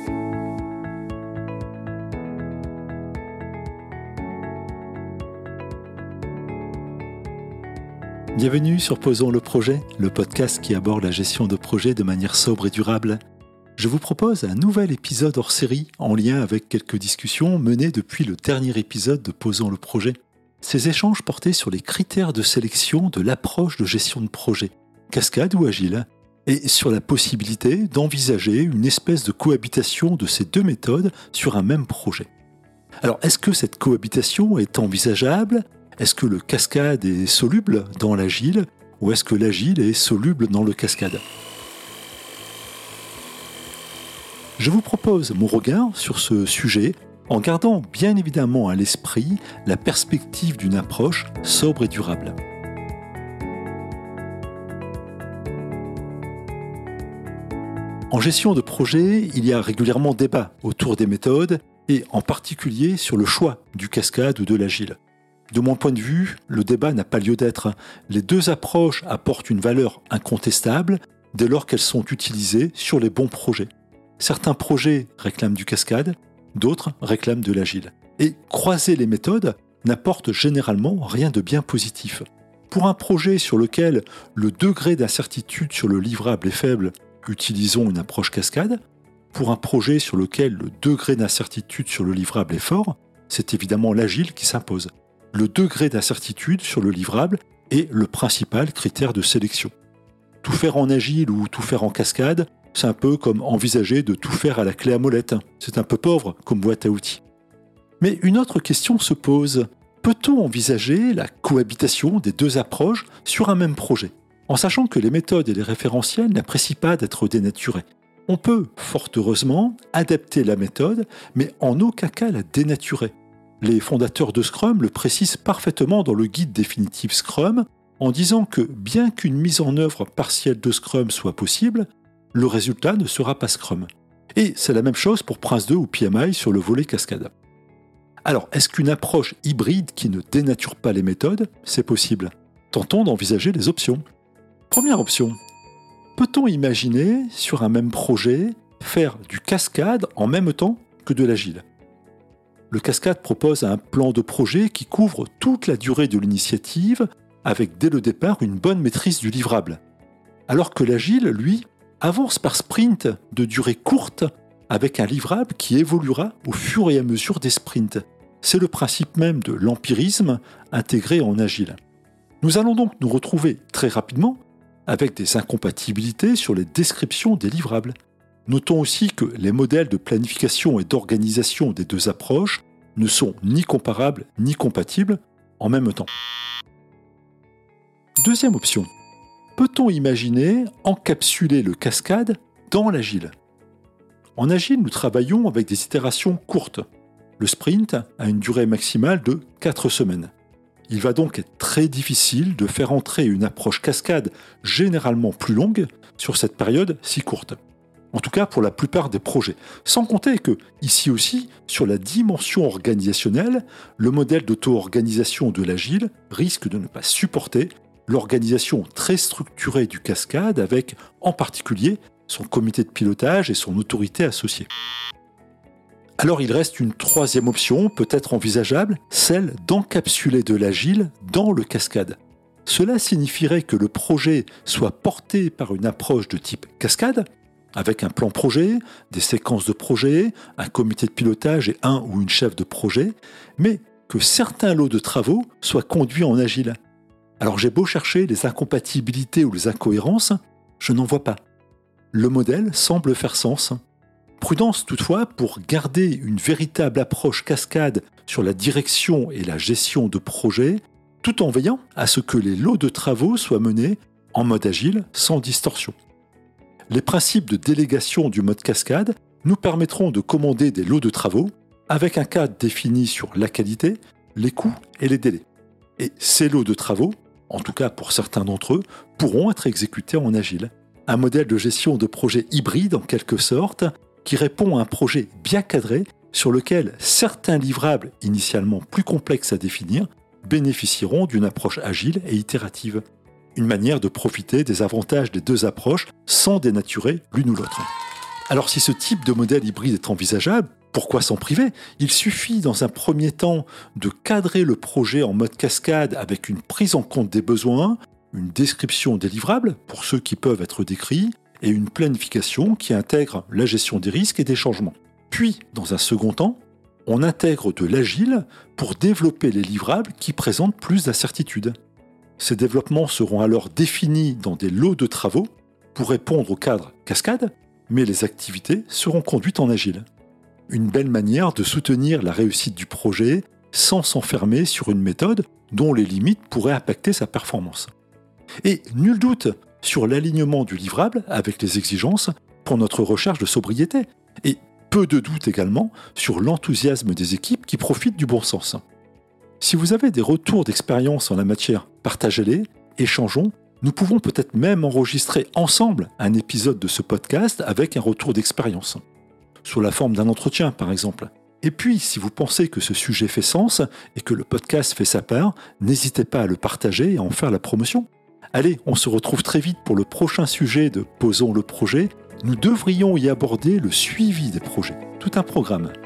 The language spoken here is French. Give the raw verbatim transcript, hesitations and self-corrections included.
Bienvenue sur Posons le projet, le podcast qui aborde la gestion de projets de manière sobre et durable. Je vous propose un nouvel épisode hors série en lien avec quelques discussions menées depuis le dernier épisode de Posons le projet. Ces échanges portaient sur les critères de sélection de l'approche de gestion de projet, cascade ou agile, et sur la possibilité d'envisager une espèce de cohabitation de ces deux méthodes sur un même projet. Alors, est-ce que cette cohabitation est envisageable ? Est-ce que le cascade est soluble dans l'agile ou est-ce que l'agile est soluble dans le cascade ? Je vous propose mon regard sur ce sujet en gardant bien évidemment à l'esprit la perspective d'une approche sobre et durable. En gestion de projet, il y a régulièrement débat autour des méthodes et en particulier sur le choix du cascade ou de l'agile. De mon point de vue, le débat n'a pas lieu d'être. Les deux approches apportent une valeur incontestable dès lors qu'elles sont utilisées sur les bons projets. Certains projets réclament du cascade, d'autres réclament de l'agile. Et croiser les méthodes n'apporte généralement rien de bien positif. Pour un projet sur lequel le degré d'incertitude sur le livrable est faible, utilisons une approche cascade. Pour un projet sur lequel le degré d'incertitude sur le livrable est fort, c'est évidemment l'agile qui s'impose. Le degré d'incertitude sur le livrable est le principal critère de sélection. Tout faire en agile ou tout faire en cascade, c'est un peu comme envisager de tout faire à la clé à molette. C'est un peu pauvre comme boîte à outils. Mais une autre question se pose. Peut-on envisager la cohabitation des deux approches sur un même projet ? En sachant que les méthodes et les référentiels n'apprécient pas d'être dénaturés. On peut, fort heureusement, adapter la méthode, mais en aucun cas la dénaturer. Les fondateurs de Scrum le précisent parfaitement dans le guide définitif Scrum en disant que bien qu'une mise en œuvre partielle de Scrum soit possible, le résultat ne sera pas Scrum. Et c'est la même chose pour Prince deux ou P M I sur le volet cascade. Alors, est-ce qu'une approche hybride qui ne dénature pas les méthodes, c'est possible ? Tentons d'envisager les options. Première option. Peut-on imaginer, sur un même projet, faire du cascade en même temps que de l'agile ? Le cascade propose un plan de projet qui couvre toute la durée de l'initiative avec dès le départ une bonne maîtrise du livrable. Alors que l'agile, lui, avance par sprint de durée courte avec un livrable qui évoluera au fur et à mesure des sprints. C'est le principe même de l'empirisme intégré en agile. Nous allons donc nous retrouver très rapidement avec des incompatibilités sur les descriptions des livrables. Notons aussi que les modèles de planification et d'organisation des deux approches ne sont ni comparables ni compatibles en même temps. Deuxième option. Peut-on imaginer encapsuler le cascade dans l'agile ? En agile, nous travaillons avec des itérations courtes. Le sprint a une durée maximale de quatre semaines. Il va donc être très difficile de faire entrer une approche cascade généralement plus longue sur cette période si courte. En tout cas pour la plupart des projets. Sans compter que, ici aussi, sur la dimension organisationnelle, le modèle d'auto-organisation de l'agile risque de ne pas supporter l'organisation très structurée du cascade avec, en particulier, son comité de pilotage et son autorité associée. Alors il reste une troisième option, peut-être envisageable, celle d'encapsuler de l'agile dans le cascade. Cela signifierait que le projet soit porté par une approche de type cascade, avec un plan projet, des séquences de projet, un comité de pilotage et un ou une chef de projet, mais que certains lots de travaux soient conduits en agile. Alors j'ai beau chercher les incompatibilités ou les incohérences, je n'en vois pas. Le modèle semble faire sens. Prudence toutefois pour garder une véritable approche cascade sur la direction et la gestion de projet, tout en veillant à ce que les lots de travaux soient menés en mode agile sans distorsion. Les principes de délégation du mode cascade nous permettront de commander des lots de travaux avec un cadre défini sur la qualité, les coûts et les délais. Et ces lots de travaux, en tout cas pour certains d'entre eux, pourront être exécutés en agile. Un modèle de gestion de projet hybride en quelque sorte, qui répond à un projet bien cadré sur lequel certains livrables initialement plus complexes à définir bénéficieront d'une approche agile et itérative. Une manière de profiter des avantages des deux approches sans dénaturer l'une ou l'autre. Alors si ce type de modèle hybride est envisageable, pourquoi s'en priver ? Il suffit dans un premier temps de cadrer le projet en mode cascade avec une prise en compte des besoins, une description des livrables pour ceux qui peuvent être décrits et une planification qui intègre la gestion des risques et des changements. Puis, dans un second temps, on intègre de l'agile pour développer les livrables qui présentent plus d'incertitudes. Ces développements seront alors définis dans des lots de travaux pour répondre au cadre cascade, mais les activités seront conduites en agile. Une belle manière de soutenir la réussite du projet sans s'enfermer sur une méthode dont les limites pourraient impacter sa performance. Et nul doute sur l'alignement du livrable avec les exigences pour notre recherche de sobriété. Et peu de doute également sur l'enthousiasme des équipes qui profitent du bon sens. Si vous avez des retours d'expérience en la matière, partagez-les, échangeons. Nous pouvons peut-être même enregistrer ensemble un épisode de ce podcast avec un retour d'expérience, sous la forme d'un entretien par exemple. Et puis, si vous pensez que ce sujet fait sens et que le podcast fait sa part, n'hésitez pas à le partager et à en faire la promotion. Allez, on se retrouve très vite pour le prochain sujet de Posons le projet. Nous devrions y aborder le suivi des projets, tout un programme.